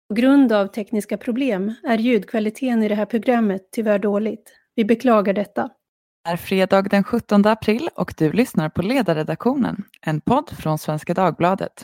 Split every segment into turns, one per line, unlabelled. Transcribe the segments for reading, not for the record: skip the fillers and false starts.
På grund av tekniska problem är ljudkvaliteten i det här programmet tyvärr dåligt. Vi beklagar detta.
Det är fredag den 17 april och du lyssnar på Ledarredaktionen, en podd från Svenska Dagbladet.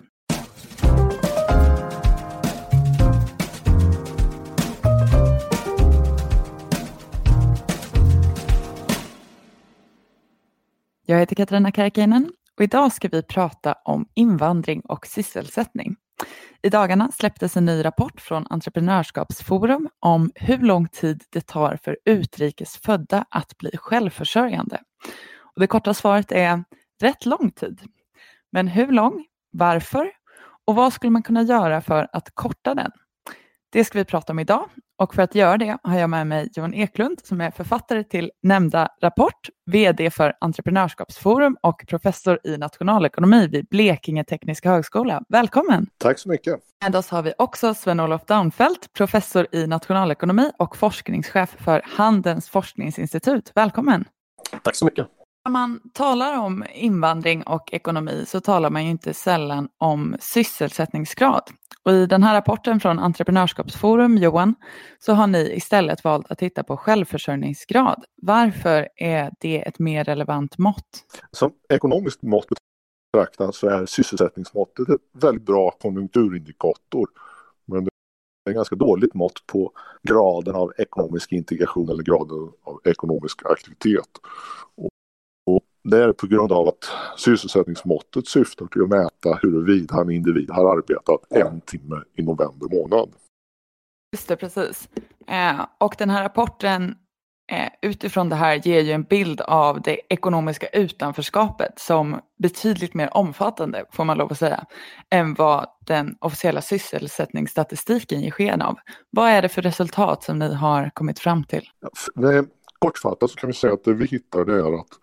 Jag heter Katarina Kärkinen och idag ska vi prata om invandring och sysselsättning. I dagarna släpptes en ny rapport från Entreprenörskapsforum om hur lång tid det tar för utrikesfödda att bli självförsörjande. Och det korta svaret är rätt lång tid. Men hur lång, varför och vad skulle man kunna göra för att korta den? Det ska vi prata om idag och för att göra det har jag med mig Johan Eklund som är författare till nämnda rapport, vd för Entreprenörskapsforum och professor i nationalekonomi vid Blekinge Tekniska Högskola. Välkommen!
Tack så mycket!
Med oss har vi också Sven-Olof Daunfeldt, professor i nationalekonomi och forskningschef för Handelns forskningsinstitut. Välkommen!
Tack så mycket!
När man talar om invandring och ekonomi så talar man ju inte sällan om sysselsättningsgrad. Och i den här rapporten från Entreprenörskapsforum, Johan, så har ni istället valt att titta på självförsörjningsgrad. Varför är det ett mer relevant mått?
Som ekonomiskt mått betraktat så är sysselsättningsmåttet ett väldigt bra konjunkturindikator. Men det är ett ganska dåligt mått på graden av ekonomisk integration eller graden av ekonomisk aktivitet. Och det är på grund av att sysselsättningsmåttet syftar till att mäta huruvida en individ har arbetat en timme i november månad.
Just det, precis. Och den här rapporten utifrån det här ger ju en bild av det ekonomiska utanförskapet som betydligt mer omfattande, får man lov att säga, än vad den officiella sysselsättningsstatistiken ger sken av. Vad är det för resultat som ni har kommit fram till?
Kortfattat så kan vi säga att det vi hittar det är att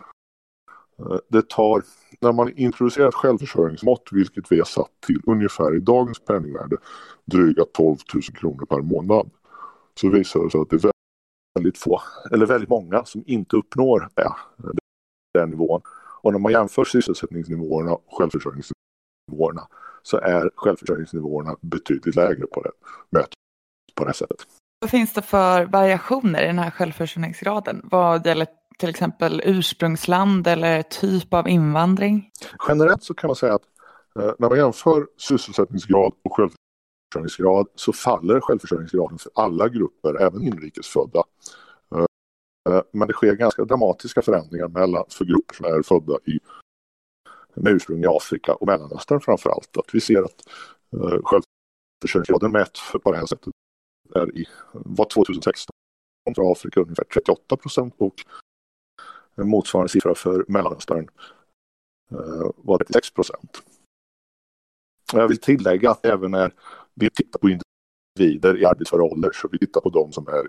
det tar, när man introducerar ett självförsörjningsmått, vilket vi har satt till ungefär i dagens penningvärde dryga 12 000 kronor per månad, så visar det sig att det är väldigt få, eller väldigt många som inte uppnår den nivån. Och när man jämför sysselsättningsnivåerna och självförsörjningsnivåerna så är självförsörjningsnivåerna betydligt lägre på det här sättet.
Vad finns det för variationer i den här självförsörjningsgraden? Vad gäller till exempel ursprungsland eller typ av invandring?
Generellt så kan man säga att när man jämför sysselsättningsgrad och självförsörjningsgrad så faller självförsörjningsgraden för alla grupper, även inrikesfödda. Men det sker ganska dramatiska förändringar för grupper som är födda med ursprung i Afrika och Mellanöstern framförallt. Att vi ser att självförsörjningsgraden mätt på det här sättet var 2016 för Afrika ungefär 38% och motsvarande siffra för Mellanöstern var 36%. Jag vill tillägga att även när vi tittar på individer i arbetsför ålder så vi tittar på de som är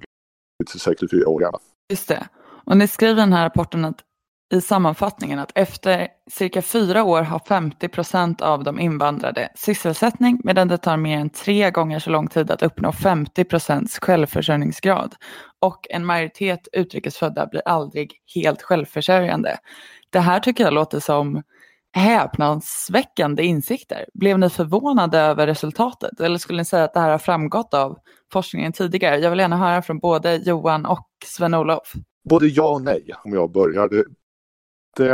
20-64 år gamla.
Just det. Och ni skriver i den här rapporten i sammanfattningen att efter cirka 4 år har 50% av de invandrade sysselsättning medan det tar mer än 3 gånger så lång tid att uppnå 50% självförsörjningsgrad. Och en majoritet utrikesfödda blir aldrig helt självförsörjande. Det här tycker jag låter som häpnadsväckande insikter. Blev ni förvånade över resultatet? Eller skulle ni säga att det här har framgått av forskningen tidigare? Jag vill gärna höra från både Johan och Sven-Olof.
Både ja och nej om jag börjar. Det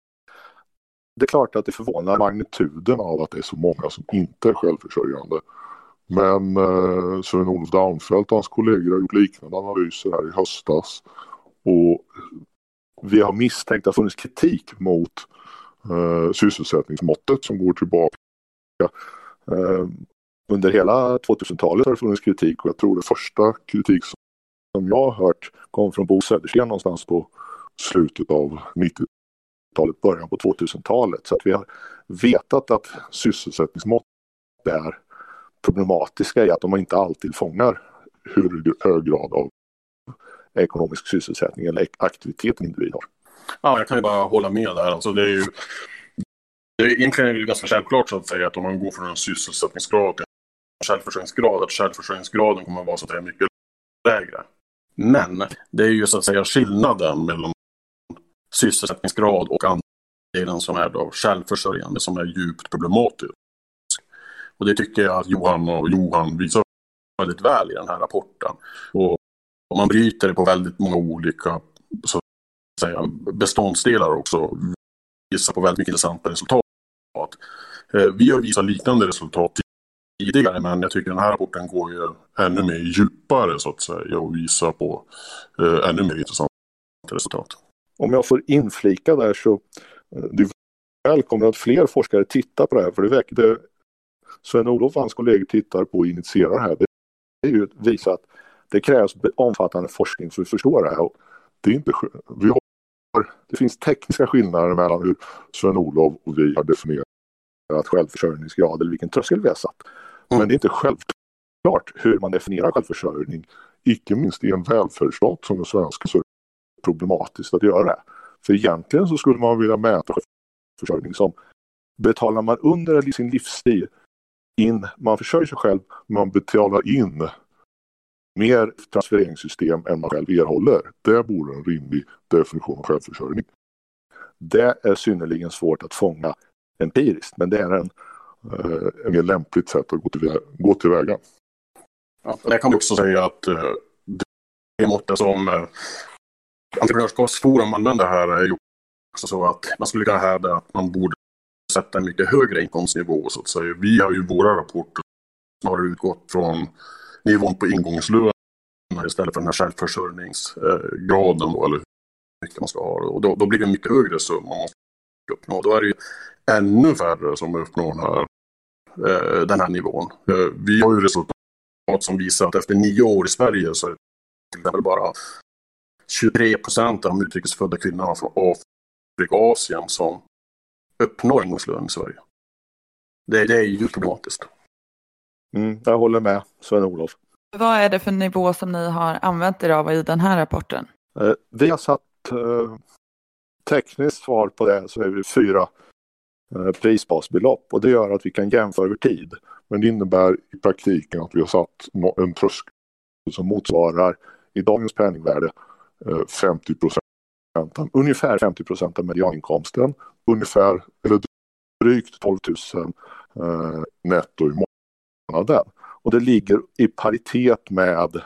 är klart att det förvånar magnituden av att det är så många som inte är självförsörjande. Men Sven-Olof Daunfeldt och hans kollegor har gjort liknande analyser här i höstas. Och vi har misstänkt att det funnits kritik mot sysselsättningsmåttet som går tillbaka. Under hela 2000-talet har det funnits kritik och jag tror det första kritik som jag har hört kom från Bo Södersten någonstans på slutet av 90-talet, början på 2000-talet. Så att vi har vetat att sysselsättningsmått är problematiska i att de inte alltid fångar hur hög grad av ekonomisk sysselsättning eller aktivitet en individ har.
Ja, jag kan ju bara hålla med där. Alltså egentligen är det ganska självklart så att säga att om man går från en sysselsättningsgrad till en självförsörjningsgrad, att självförsörjningsgraden kommer att vara så att säga mycket lägre. Men det är ju så att säga skillnaden mellan sysselsättningsgrad och andelen som är då självförsörjande som är djupt problematisk. Och det tycker jag att Johan visar väldigt väl i den här rapporten. Och man bryter det på väldigt många olika så att säga, beståndsdelar också. Visar på väldigt mycket intressanta resultat. Vi har visat liknande resultat tidigare, men jag tycker den här rapporten går ju ännu mer djupare så att säga och visar på ännu mer intressanta resultat.
Om jag får inflika där så det är välkommet att fler forskare tittar på det här, för det Sven-Olof och hans kollegor tittar på och initierar här. Det är ju att visa att det krävs omfattande forskning för att förstå det här. Och det är inte, det finns tekniska skillnader mellan hur Sven-Olof och vi har definierat självförsörjningsgrad eller vilken tröskel vi har satt. Men det är inte självklart hur man definierar självförsörjning, icke minst i en välfärdsstat som den svenska, så är det problematiskt att göra det. För egentligen så skulle man vilja mäta självförsörjning som betalar man under sin livsstil in, man försörjer sig själv, man betalar in mer transfereringssystem än man själv erhåller. Det vore en rimlig definition av självförsörjning. Det är synnerligen svårt att fånga empiriskt, men det är en mer lämpligt sätt att gå tillväga.
Ja, det kan man också säga att det måttet som Entreprenörskapsforum använder här är ju också så att man skulle kunna hävda att man borde sätta en mycket högre inkomstnivå så att säga. Vi har ju våra rapporter som har utgått från nivån på ingångslön istället för den här självförsörjningsgraden då, eller hur mycket man ska ha. Och då blir det en mycket högre summa man ska uppnå. Då är det ju ännu färre som uppnår den här nivån. Vi har ju resultat som visar att efter 9 år i Sverige så är det bara 23% av de utrikesfödda kvinnorna från Afrika och Asien som uppnår ingångslön i Sverige. Det är ju problematiskt.
Jag håller med Sven-Olof.
Vad är det för nivå som ni har använt er av i den här rapporten?
Vi har satt tekniskt svar på det, så är vi 4 prisbasbelopp, och det gör att vi kan jämföra över tid. Men det innebär i praktiken att vi har satt en tröskel som motsvarar i dagens penningvärde ungefär 50% av medianinkomsten, ungefär eller drygt 12 000 netto i månaden. Och det ligger i paritet med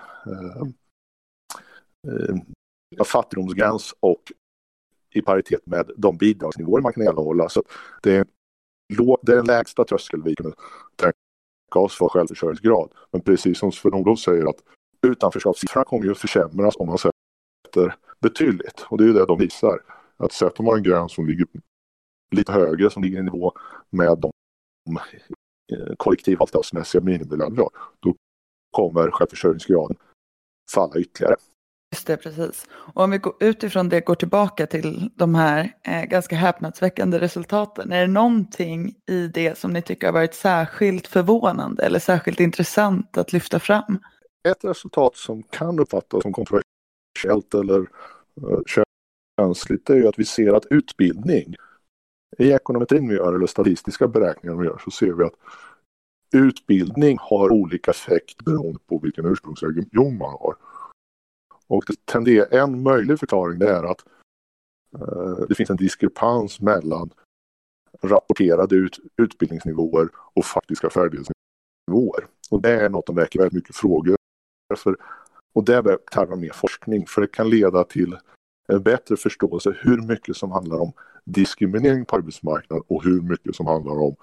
fattigdomsgräns och i paritet med de bidragsnivåer man kan erhålla. Så det är den lägsta tröskel vi kan tänka oss för självförsörjningsgrad. Men precis som Sven-Olof säger, att utanförskapssiffrorna kommer ju att försämras om man sätter betydligt. Och det är ju det de visar. Att sätter man en gräns som ligger lite högre, som ligger i nivå med de kollektivavtalsmässiga minimilöner, då kommer självförsörjningsgraden falla ytterligare.
Just det, precis. Och om vi går utifrån det, går tillbaka till de här ganska häpnadsväckande resultaten. Är det någonting i det som ni tycker har varit särskilt förvånande eller särskilt intressant att lyfta fram?
Ett resultat som kan uppfattas som kontroversiellt eller känsligt är ju att vi ser att utbildning i ekonometrin vi gör, eller statistiska beräkningar vi gör, så ser vi att utbildning har olika effekt beroende på vilken ursprungsregion man har. Och en möjlig förklaring det är att det finns en diskrepans mellan rapporterade utbildningsnivåer och faktiska färdighetsnivåer. Och det är något som väcker väldigt mycket frågor. Och det tarvar mer forskning, för det kan leda till en bättre förståelse hur mycket som handlar om diskriminering på arbetsmarknaden och hur mycket som handlar om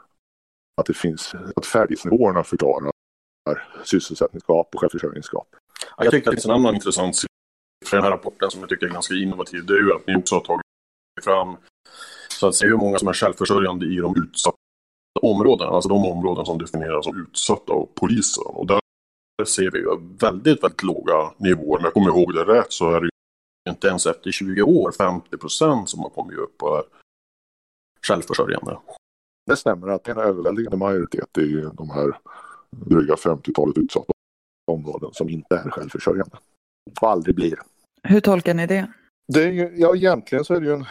att färdighetsnivåerna förklarar sysselsättningsgap och självförsörjningsgap.
Jag tycker att det finns en annan intressant siffra i den här rapporten som jag tycker är ganska innovativ. Det är ju att ni också har tagit fram så att se hur många som är självförsörjande i de utsatta områdena. Alltså de områden som definieras som utsatta av polisen. Och där ser vi ju väldigt, väldigt låga nivåer. Om jag kommer ihåg det rätt så är det ju inte ens efter 20 år 50% som har kommit upp på är självförsörjande.
Det stämmer att en överväldigande majoritet i de här dryga 50-talet utsatta områden som inte är självförsörjande och aldrig blir.
Hur tolkar ni det?
Egentligen så är det ju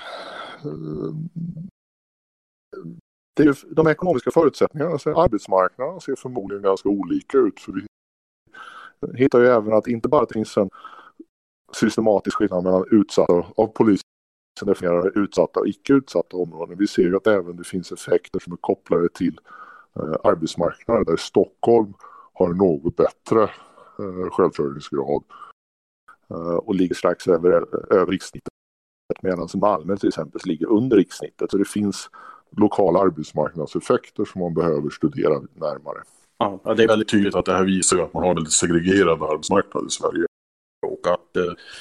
det är ju de ekonomiska förutsättningarna. Alltså arbetsmarknaden ser förmodligen ganska olika ut, för vi hittar ju även att inte bara det finns en systematisk skillnad mellan utsatta av polisen definierar utsatta och icke utsatta områden. Vi ser ju att även det finns effekter som är kopplade till arbetsmarknaden, där Stockholm har en något bättre självförsörjningsgrad och ligger strax över rikssnittet, medan Malmö till exempel ligger under rikssnittet. Så det finns lokala arbetsmarknadseffekter som man behöver studera närmare.
Ja, det är väldigt tydligt att det här visar att man har väldigt segregerad arbetsmarknad i Sverige. Och att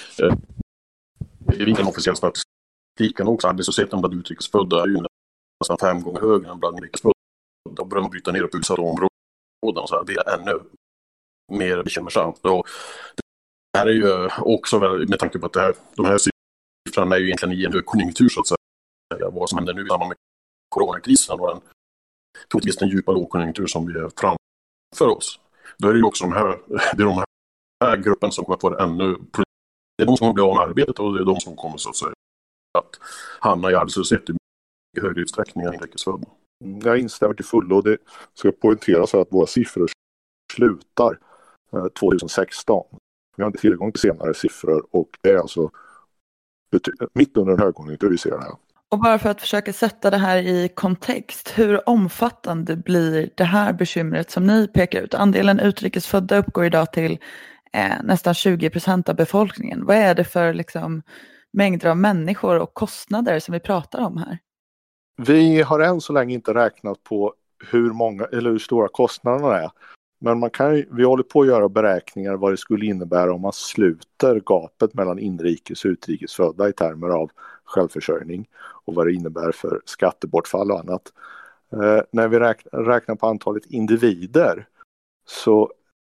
i den officiella statistiken också, arbetslösheten bland utrikesfödda är ju nästan 5 gånger högre än bland inrikesfödda. Då börjar man bryta ner upp utsatta områden, så det är ännu mer bekymmersamt. Och det här är ju också med tanke på att de här siffrorna är ju egentligen i en högkonjunktur så att säga. Vad som händer nu i samband med coronakrisen och troligtvis den djupa lågkonjunktur som vi är framför oss. Då är det ju också de här gruppen som kommer att få det är de som kommer att bli av med arbetet, och det är de som kommer så att säga att hamna i arbetslöshet i mycket högre utsträckning än inrikesfödda.
Jag instämmer till fullo, och det ska poängteras att våra siffror slutar 2016. Vi har inte tillgång till senare siffror, och det är alltså mitt under en högkonjunktur vi ser det här.
Och bara för att försöka sätta det här i kontext, hur omfattande blir det här bekymret som ni pekar ut? Andelen utrikesfödda uppgår idag till nästan 20% av befolkningen. Vad är det för mängder av människor och kostnader som vi pratar om här?
Vi har än så länge inte räknat på hur stora kostnaderna är. Men vi håller på att göra beräkningar vad det skulle innebära om man sluter gapet mellan inrikes och utrikesfödda i termer av självförsörjning, och vad det innebär för skattebortfall och annat. När vi räknar på antalet individer, så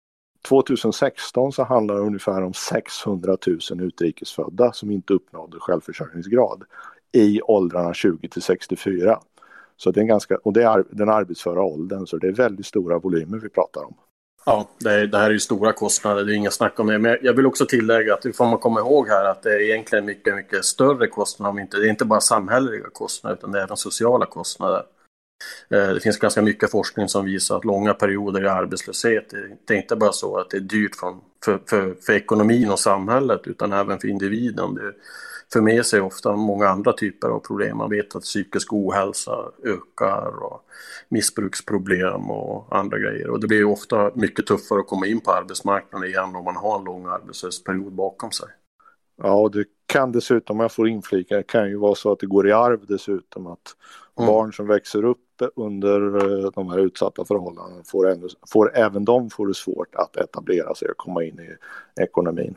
2016 så handlar det ungefär om 600 000 utrikesfödda som inte uppnådde självförsörjningsgrad i åldrarna 20 till 64. Så det är den arbetsföra åldern, så det är väldigt stora volymer vi pratar om.
Ja, det här är ju stora kostnader, det är inga snack om det. Men jag vill också tillägga att det får man komma ihåg här att det är egentligen mycket, mycket större kostnader. Det är inte bara samhälleliga kostnader, utan det är även sociala kostnader. Det finns ganska mycket forskning som visar att långa perioder i arbetslöshet, det är inte bara så att det är dyrt för ekonomin och samhället, utan även för individen. Det för med sig ofta många andra typer av problem. Man vet att psykisk ohälsa ökar och missbruksproblem och andra grejer. Och det blir ju ofta mycket tuffare att komma in på arbetsmarknaden igen om man har en lång arbetslöshetsperiod bakom sig.
Ja, och det kan dessutom, om jag får inflika, det kan ju vara så att det går i arv dessutom, att barn som växer upp under de här utsatta förhållandena även de får det svårt att etablera sig och komma in i ekonomin.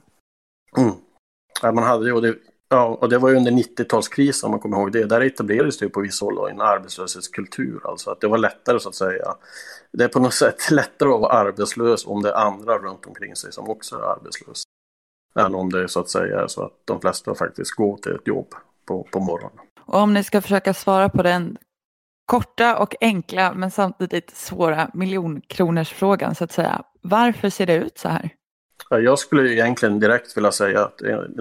Ja, man hade ju och det var ju under 90-talskrisen, om man kommer ihåg det. Där etablerades det ju på vissa håll en arbetslöshetskultur. Alltså att det var lättare, så att säga. Det är på något sätt lättare att vara arbetslös om det är andra runt omkring sig som också är arbetslösa. Än om det är så att säga så att de flesta faktiskt går till ett jobb på morgonen. Och
om ni ska försöka svara på den korta och enkla men samtidigt svåra miljonkronorsfrågan, så att säga. Varför ser det ut så här?
Jag skulle egentligen direkt vilja säga att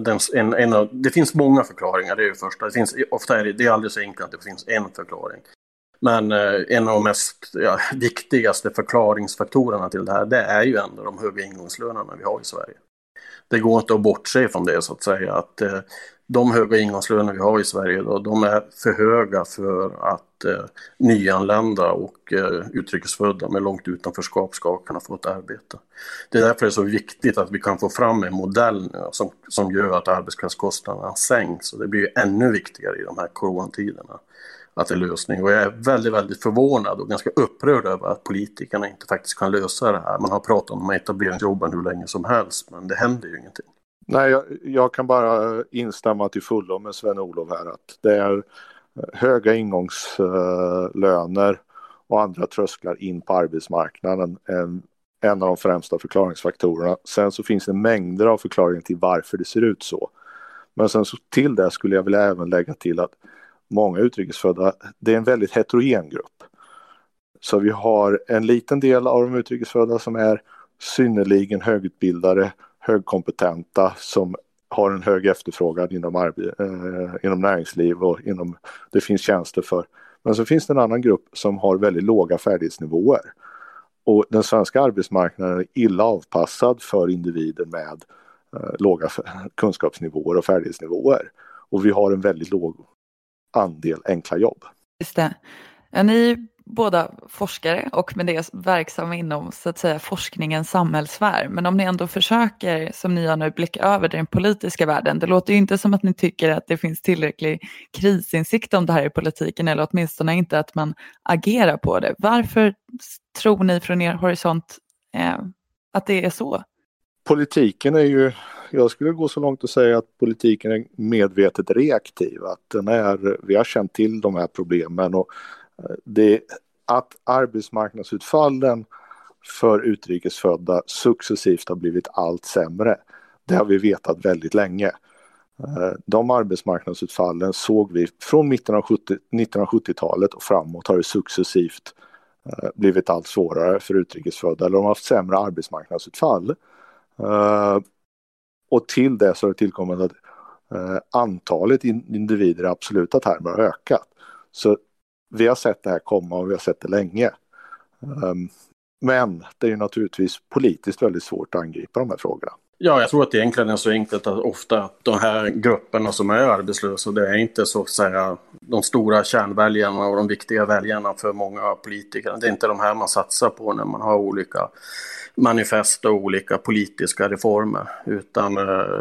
det finns många förklaringar, det är ju första. Det är aldrig så enkelt att det finns en förklaring. Men en av de mest viktigaste förklaringsfaktorerna till det här, det är ju ändå de höga ingångslönerna vi har i Sverige. Det går inte att bortse från det, så att säga, att de höga ingångslöner vi har i Sverige då, de är för höga för att nyanlända och utrikesfödda med långt utanförskap ska kunna få ett arbete. Det är därför det är så viktigt att vi kan få fram en modell som gör att arbetskraftskostnaderna sänks, och det blir ju ännu viktigare i de här coronatiderna att det är lösning. Och jag är väldigt, väldigt förvånad och ganska upprörd över att politikerna inte faktiskt kan lösa det här. Man har pratat om etableringsjobben hur länge som helst, men det händer ju ingenting.
Nej, jag kan bara instämma till fullo med Sven-Olof här, att det är höga ingångslöner och andra trösklar in på arbetsmarknaden en av de främsta förklaringsfaktorerna. Sen så finns det mängder av förklaringar till varför det ser ut så. Men sen så till det skulle jag vilja även lägga till att många utrikesfödda, det är en väldigt heterogen grupp. Så vi har en liten del av de utrikesfödda som är synnerligen högutbildade, högkompetenta, som har en hög efterfrågan inom näringsliv och det finns tjänster för. Men så finns det en annan grupp som har väldigt låga färdighetsnivåer. Och den svenska arbetsmarknaden är illa avpassad för individer med låga kunskapsnivåer och färdighetsnivåer. Och vi har en väldigt låg andel enkla jobb.
Just det. Ja, ni båda forskare och med det verksamma inom så att säga forskningens samhällssfär. Men om ni ändå försöker, som ni gör nu, blicka över den politiska världen. Det låter ju inte som att ni tycker att det finns tillräcklig krisinsikt om det här i politiken, eller åtminstone inte att man agerar på det. Varför tror ni från er horisont att det är så?
Politiken är ju, jag skulle gå så långt att säga att politiken är medvetet reaktiv. Att vi har känt till de här problemen och att arbetsmarknadsutfallen för utrikesfödda successivt har blivit allt sämre. Det har vi vetat väldigt länge. De arbetsmarknadsutfallen såg vi från 1970-talet och framåt, har det successivt blivit allt svårare för utrikesfödda. Eller de har haft sämre arbetsmarknadsutfall. Och till det så har det tillkommit att antalet individer i absoluta termer har ökat. Så vi har sett det här komma och vi har sett det länge. Men det är ju naturligtvis politiskt väldigt svårt att angripa de här frågorna.
Ja, jag tror att det egentligen är så enkelt att ofta de här grupperna som är arbetslösa, det är inte så att säga de stora kärnväljarna och de viktiga väljarna för många politiker. Det är inte de här man satsar på när man har olika manifest och olika politiska reformer, utan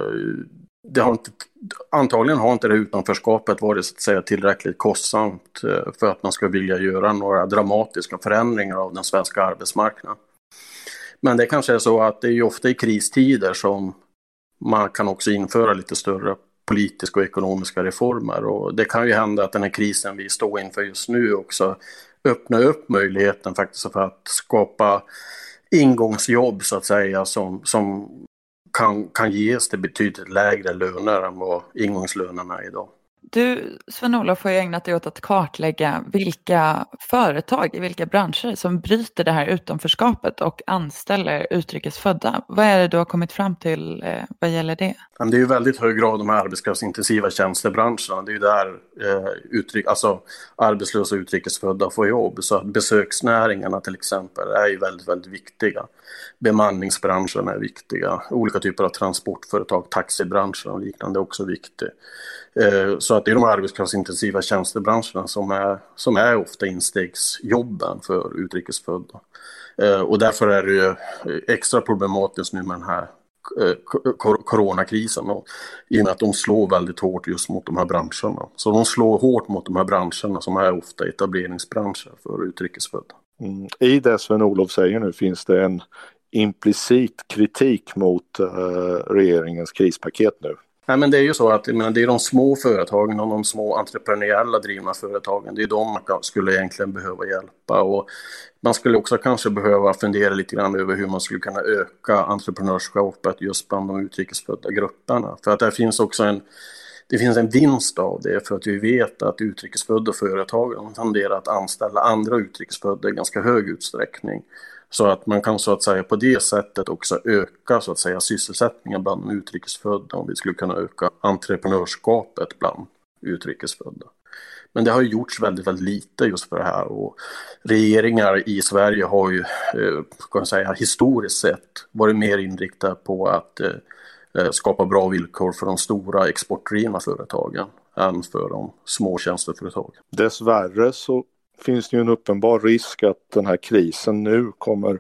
antagligen har inte det utanförskapet varit så att säga tillräckligt kostsamt för att man ska vilja göra några dramatiska förändringar av den svenska arbetsmarknaden. Men det kanske är så att det är ju ofta i kristider som man kan också införa lite större politiska och ekonomiska reformer, och det kan ju hända att den här krisen vi står inför just nu också öppnar upp möjligheten faktiskt för att skapa ingångsjobb så att säga som kan ges till betydligt lägre löner än vad ingångslönerna är idag.
Du, Sven-Olof, har ju ägnat dig åt att kartlägga vilka företag i vilka branscher som bryter det här utanförskapet och anställer utrikesfödda. Vad är det du har kommit fram till vad gäller det?
Det är ju väldigt hög grad de här arbetskraftsintensiva tjänstebranscherna. Det är ju där arbetslösa utrikesfödda får jobb. Så att besöksnäringarna till exempel är ju väldigt, väldigt viktiga. Bemanningsbranschen är viktiga. Olika typer av transportföretag, taxibranschen och liknande är också viktiga. Så att det är de arbetskraftsintensiva tjänstebranscherna som är ofta instegsjobben för utrikesfödda. Och därför är det ju extra problematiskt nu med den här coronakrisen, och i och med att de slår väldigt hårt just mot de här branscherna. Så de slår hårt mot de här branscherna som är ofta etableringsbranscher för utrikesfödda.
I det Sven-Olof säger nu finns det en implicit kritik mot regeringens krispaket nu.
Nej, men det är ju så att det är de små företagen och de små entreprenöriella drivna företagen, det är de man skulle egentligen behöva hjälpa, och man skulle också kanske behöva fundera lite grann över hur man skulle kunna öka entreprenörskapet just bland de utrikesfödda grupperna. För att det finns en vinst av det, för att vi vet att utrikesfödda företag tenderar att anställa andra utrikesfödda i ganska hög utsträckning. Så att man kan så att säga på det sättet också öka så att säga sysselsättningen bland de utrikesfödda, om vi skulle kunna öka entreprenörskapet bland utrikesfödda. Men det har ju gjorts väldigt, väldigt lite just för det här, och regeringar i Sverige har ju kan jag säga, historiskt sett varit mer inriktade på att skapa bra villkor för de stora exportdrivna företagen än för de små tjänsteföretagen.
Dessvärre så finns det ju en uppenbar risk att den här krisen nu kommer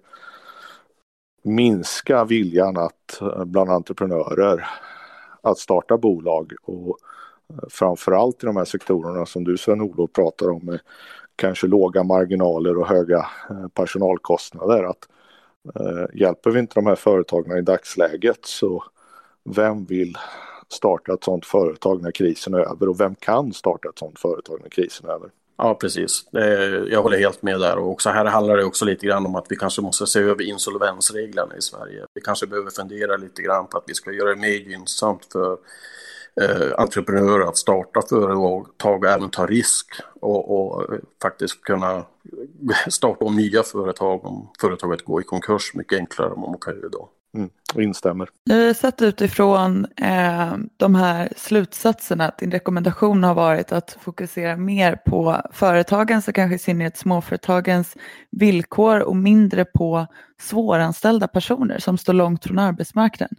minska viljan bland entreprenörer att starta bolag, och framförallt i de här sektorerna som du Sven-Olof pratar om med kanske låga marginaler och höga personalkostnader. Att hjälper vi inte de här företagen i dagsläget, så vem vill starta ett sådant företag när krisen är över, och vem kan starta ett sådant företag när krisen är över?
Ja, precis. Jag håller helt med där, och också här handlar det också lite grann om att vi kanske måste se över insolvensreglerna i Sverige. Vi kanske behöver fundera lite grann på att vi ska göra det mer gynnsamt för entreprenörer att starta företag och även ta risk och faktiskt kunna starta om nya företag om företaget går i konkurs mycket enklare än vad man kan göra idag.
Instämmer.
Sett utifrån de här slutsatserna att din rekommendation har varit att fokusera mer på företagens och kanske i synnerhet småföretagens villkor och mindre på svåranställda personer som står långt från arbetsmarknaden.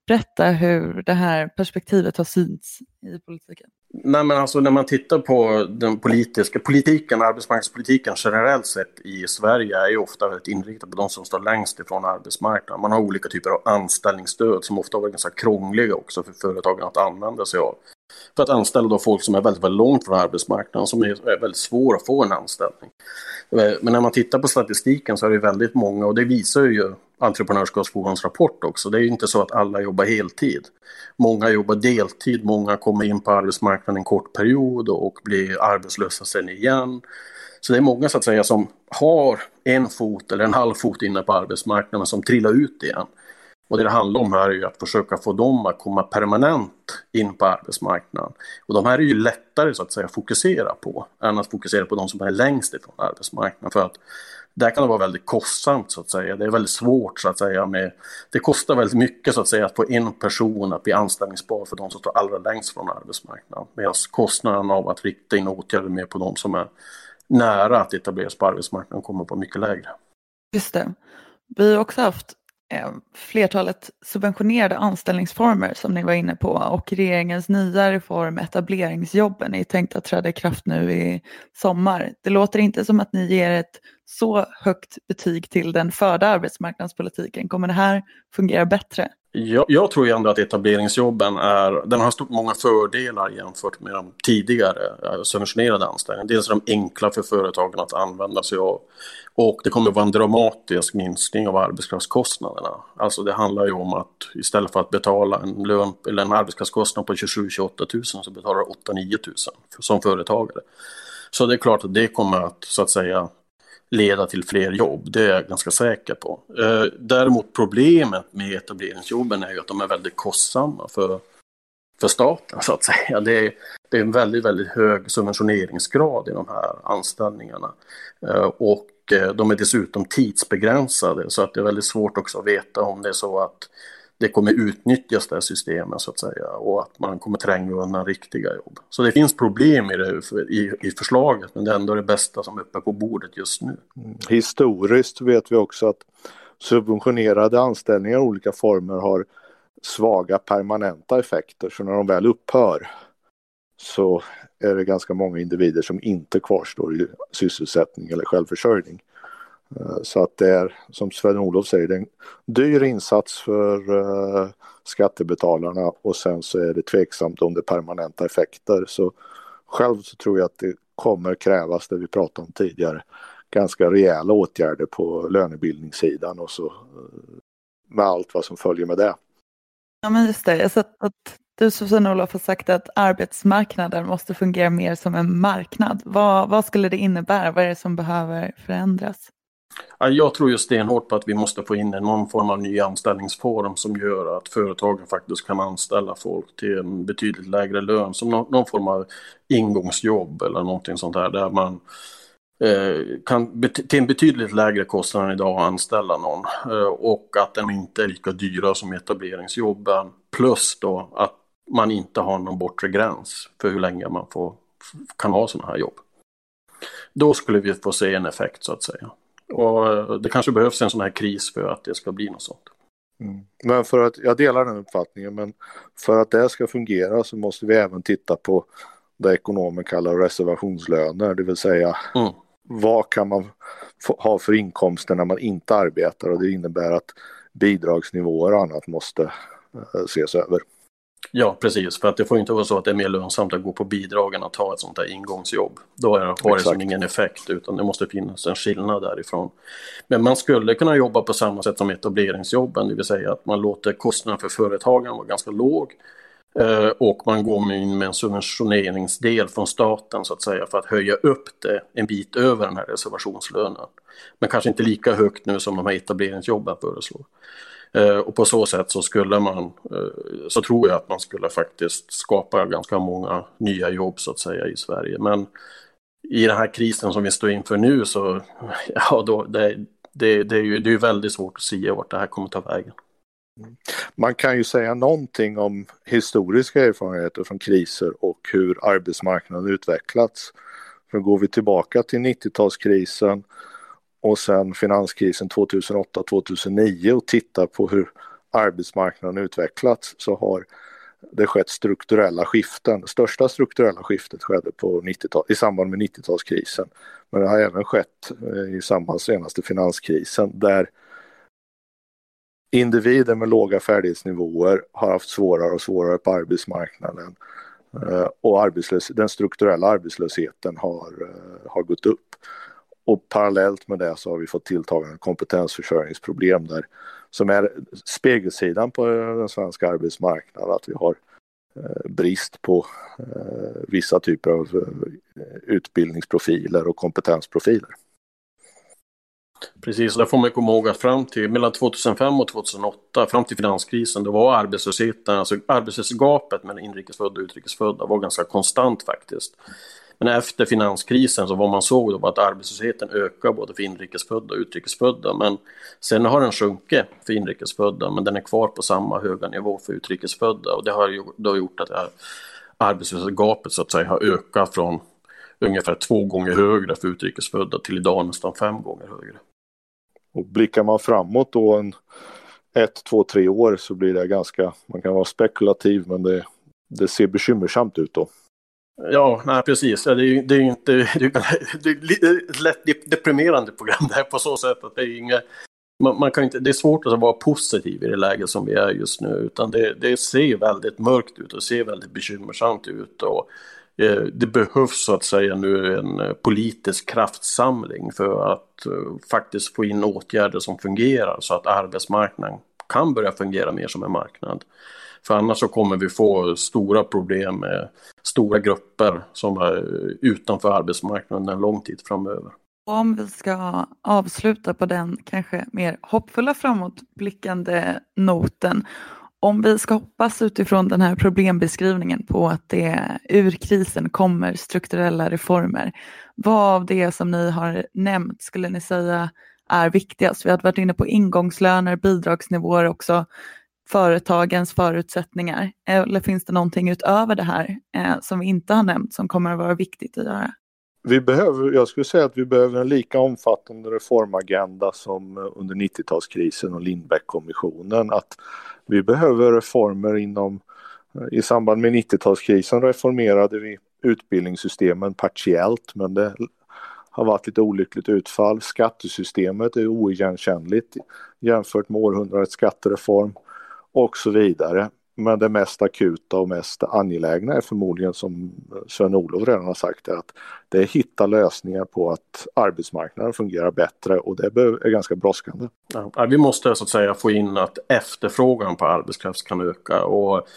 berätta hur det här perspektivet har synts i politiken?
Nej, men alltså när man tittar på den politiken, arbetsmarknadspolitiken generellt sett i Sverige är ju ofta väldigt inriktad på de som står längst ifrån arbetsmarknaden. Man har olika typer av anställningsstöd som ofta är ganska krångliga också för företagen att använda sig av. För att anställa då folk som är väldigt, väldigt långt från arbetsmarknaden, som är väldigt svåra att få en anställning. Men när man tittar på statistiken så är det väldigt många, och det visar ju Entreprenörskapsforums rapport också. Det är ju inte så att alla jobbar heltid. Många jobbar deltid, många kommer in på arbetsmarknaden en kort period och blir arbetslösa sen igen. Så det är många så att säga som har en fot eller en halv fot inne på arbetsmarknaden som trillar ut igen. Och det handlar om här är ju att försöka få dem att komma permanent in på arbetsmarknaden. Och de här är ju lättare så att säga fokusera på än att fokusera på de som är längst ifrån arbetsmarknaden. För att där kan det vara väldigt kostsamt så att säga. Det är väldigt svårt så att säga. Det kostar väldigt mycket så att säga att få en person att bli anställningsbar för de som står allra längst från arbetsmarknaden. Medan kostnaden av att rikta in åtgärder mer på de som är nära att etableras på arbetsmarknaden kommer på mycket lägre.
Just det. Vi har också haft flertalet subventionerade anställningsformer som ni var inne på, och regeringens nya reform etableringsjobben är tänkt att träda i kraft nu i sommar. Det låter inte som att ni ger ett så högt betyg till den förda arbetsmarknadspolitiken. Kommer det här fungera bättre?
Jag tror ju ändå att etableringsjobben den har stort många fördelar jämfört med de tidigare subventionerade anställningarna. Dels är de enkla för företagen att använda sig av, och det kommer att vara en dramatisk minskning av arbetskraftskostnaderna. Alltså det handlar ju om att istället för att betala en lön eller en arbetskraftskostnad på 27-28 000 så betalar 8-9 000 som företagare. Så det är klart att det kommer att så att säga leda till fler jobb, det är jag ganska säker på. Däremot problemet med etableringsjobben är ju att de är väldigt kostsamma för staten så att säga. Det är en väldigt, väldigt hög subventioneringsgrad i de här anställningarna. Och de är dessutom tidsbegränsade, så att det är väldigt svårt också att veta om det är så att det kommer utnyttjas det här systemet så att säga, och att man kommer tränga undan riktiga jobb. Så det finns problem i förslaget, men det är ändå det bästa som är uppe på bordet just nu.
Historiskt vet vi också att subventionerade anställningar i olika former har svaga permanenta effekter, så när de väl upphör så är det ganska många individer som inte kvarstår i sysselsättning eller självförsörjning. Så att det är, som Sven-Olof säger, det är en dyr insats för skattebetalarna, och sen så är det tveksamt om det är permanenta effekter. Så själv så tror jag att det kommer krävas, det vi pratade om tidigare, ganska rejäla åtgärder på lönebildningssidan och så med allt vad som följer med det.
Ja, men just det. Jag sett att du, Sven-Olof, har sagt att arbetsmarknaden måste fungera mer som en marknad. Vad skulle det innebära? Vad är det som behöver förändras?
Jag tror ju stenhårt på att vi måste få in någon form av ny anställningsform som gör att företagen faktiskt kan anställa folk till en betydligt lägre lön, som någon form av ingångsjobb eller någonting sånt där man kan till en betydligt lägre kostnad än idag anställa någon, och att den inte är lika dyra som etableringsjobben, plus då att man inte har någon bortre gräns för hur länge man kan ha sådana här jobb. Då skulle vi få se en effekt så att säga. Och det kanske behövs en sån här kris för att det ska bli något sånt.
Men jag delar den uppfattningen, men för att det ska fungera så måste vi även titta på det ekonomer kallar reservationslöner, det vill säga vad kan man ha för inkomster när man inte arbetar, och det innebär att bidragsnivåer och annat måste ses över.
Ja, precis. För att det får inte vara så att det är mer lönsamt att gå på bidragen att ha ett sånt här ingångsjobb. Då har det som ingen effekt, utan det måste finnas en skillnad därifrån. Men man skulle kunna jobba på samma sätt som etableringsjobben, det vill säga att man låter kostnaden för företagen vara ganska låg, och man går in med en subventioneringsdel från staten så att säga för att höja upp det en bit över den här reservationslönen. Men kanske inte lika högt nu som de här etableringsjobben föreslår. Och på så sätt så så tror jag att man skulle faktiskt skapa ganska många nya jobb så att säga i Sverige. Men i den här krisen som vi står inför nu så det är ju väldigt svårt att se vart det här kommer ta vägen.
Man kan ju säga någonting om historiska erfarenheter från kriser och hur arbetsmarknaden utvecklats. För går vi tillbaka till 90-talskrisen och sen finanskrisen 2008-2009 och tittar på hur arbetsmarknaden utvecklats så har det skett strukturella skiften. Det största strukturella skiftet skedde på 90-talet, i samband med 90-talskrisen. Men det har även skett i samband med senaste finanskrisen där individer med låga färdighetsnivåer har haft svårare och svårare på arbetsmarknaden. Och den strukturella arbetslösheten har gått upp. Och parallellt med det så har vi fått tilltagande kompetensförsörjningsproblem som är spegelsidan på den svenska arbetsmarknaden, att vi har brist på vissa typer av utbildningsprofiler och kompetensprofiler.
Precis, där får man komma ihåg att mellan 2005 och 2008, fram till finanskrisen, då var arbetslösheten, alltså arbetslöshetsgapet mellan inrikesfödda och utrikesfödda var ganska konstant faktiskt. Men efter finanskrisen så vad man såg då var att arbetslösheten ökar både för inrikesfödda och utrikesfödda. Men sen har den sjunkit för inrikesfödda, men den är kvar på samma höga nivå för utrikesfödda. Och det har då gjort att arbetslöshetsgapet så att säga har ökat från ungefär 2 gånger högre för utrikesfödda till idag nästan 5 gånger högre.
Och blickar man framåt då 1, 2, 3 år så blir det ganska, man kan vara spekulativ, men det ser bekymmersamt ut då. Ja,
nej precis. Det är inte det är ett lätt deprimerande program det här på så sätt att det är inga man kan inte, det är svårt att vara positiv i det läge som vi är just nu, utan det ser väldigt mörkt ut och ser väldigt bekymmersamt ut, och det behövs så att säga nu en politisk kraftsamling för att faktiskt få in åtgärder som fungerar så att arbetsmarknaden kan börja fungera mer som en marknad. För annars så kommer vi få stora problem med stora grupper som är utanför arbetsmarknaden en lång tid framöver.
Om vi ska avsluta på den kanske mer hoppfulla framåtblickande noten, om vi ska hoppas utifrån den här problembeskrivningen på att det ur krisen kommer strukturella reformer, vad av det som ni har nämnt skulle ni säga är viktigast? Vi har varit inne på ingångslöner, bidragsnivåer också, företagens förutsättningar, eller finns det någonting utöver det här som vi inte har nämnt som kommer att vara viktigt att göra?
Jag skulle säga att vi behöver en lika omfattande reformagenda som under 90-talskrisen och Lindbeck-kommissionen. Att vi behöver reformer i samband med 90-talskrisen reformerade vi utbildningssystemen partiellt, men det har varit lite olyckligt utfall. Skattesystemet är oigenkännligt jämfört med århundradets skattereform och så vidare. Men det mest akuta och mest angelägna är förmodligen, som Sven-Olof redan har sagt, att det är att hitta lösningar på att arbetsmarknaden fungerar bättre, och det är ganska brådskande.
Ja, vi måste så att säga få in att efterfrågan på arbetskraft kan öka, och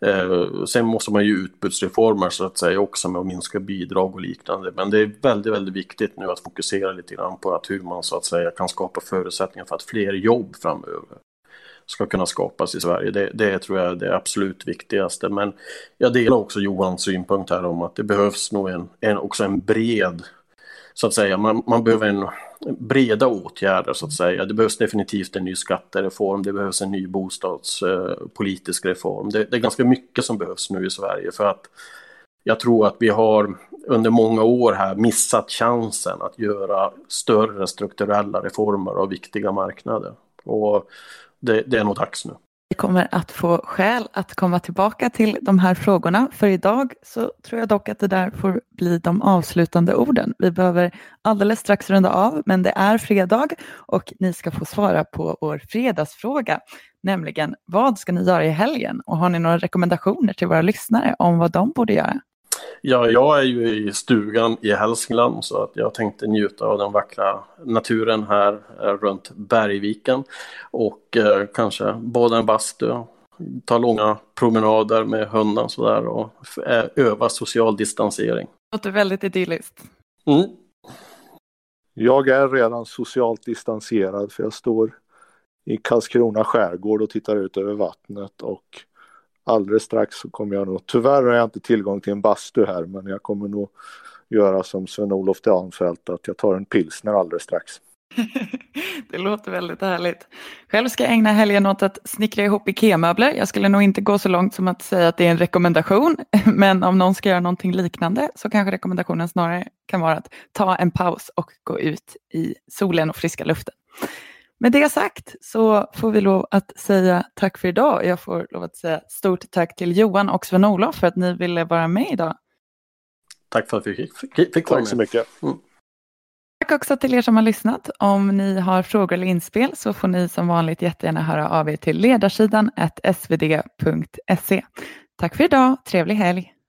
sen måste man ju utbudsreformer så att säga också med att minska bidrag och liknande. Men det är väldigt, väldigt viktigt nu att fokusera lite grann på att hur man så att säga kan skapa förutsättningar för att fler jobb framöver ska kunna skapas i Sverige. Det tror jag är det absolut viktigaste. Men jag delar också Johans synpunkt här om att det behövs nog också en bred, så att säga, man behöver en breda åtgärder så att säga. Det behövs definitivt en ny skattereform, det behövs en ny bostadspolitisk reform. Det är ganska mycket som behövs nu i Sverige, för att jag tror att vi har under många år här missat chansen att göra större strukturella reformer av viktiga marknader. Och det är nog dags nu.
Vi kommer att få skäl att komma tillbaka till de här frågorna. För idag så tror jag dock att det där får bli de avslutande orden. Vi behöver alldeles strax runda av, men det är fredag och ni ska få svara på vår fredagsfråga. Nämligen, vad ska ni göra i helgen? Och har ni några rekommendationer till våra lyssnare om vad de borde göra?
Ja, jag är ju i stugan i Hälsingland, så att jag tänkte njuta av den vackra naturen här runt Bergviken och kanske bada en bastu, ta långa promenader med hunden så där, och öva social distansering.
Det låter väldigt idylliskt.
Mm.
Jag är redan socialt distanserad, för jag står i Karlskrona skärgård och tittar ut över vattnet, och alldeles strax så kommer jag nog, tyvärr har jag inte tillgång till en bastu här, men jag kommer nog göra som Sven-Olof Danfelt, att jag tar en pilsner alldeles strax.
Det låter väldigt härligt. Själv ska jag ägna helgen åt att snickra ihop IKEA-möbler. Jag skulle nog inte gå så långt som att säga att det är en rekommendation, men om någon ska göra någonting liknande så kanske rekommendationen snarare kan vara att ta en paus och gå ut i solen och friska luften. Med det sagt så får vi lov att säga tack för idag. Jag får lov att säga stort tack till Johan och Sven-Olof för att ni ville vara med idag.
Tack för att vi fick vara med.
Tack så mycket.
Tack också till er som har lyssnat. Om ni har frågor eller inspel så får ni som vanligt jättegärna höra av er till ledarsidan @svd.se. Tack för idag. Trevlig helg.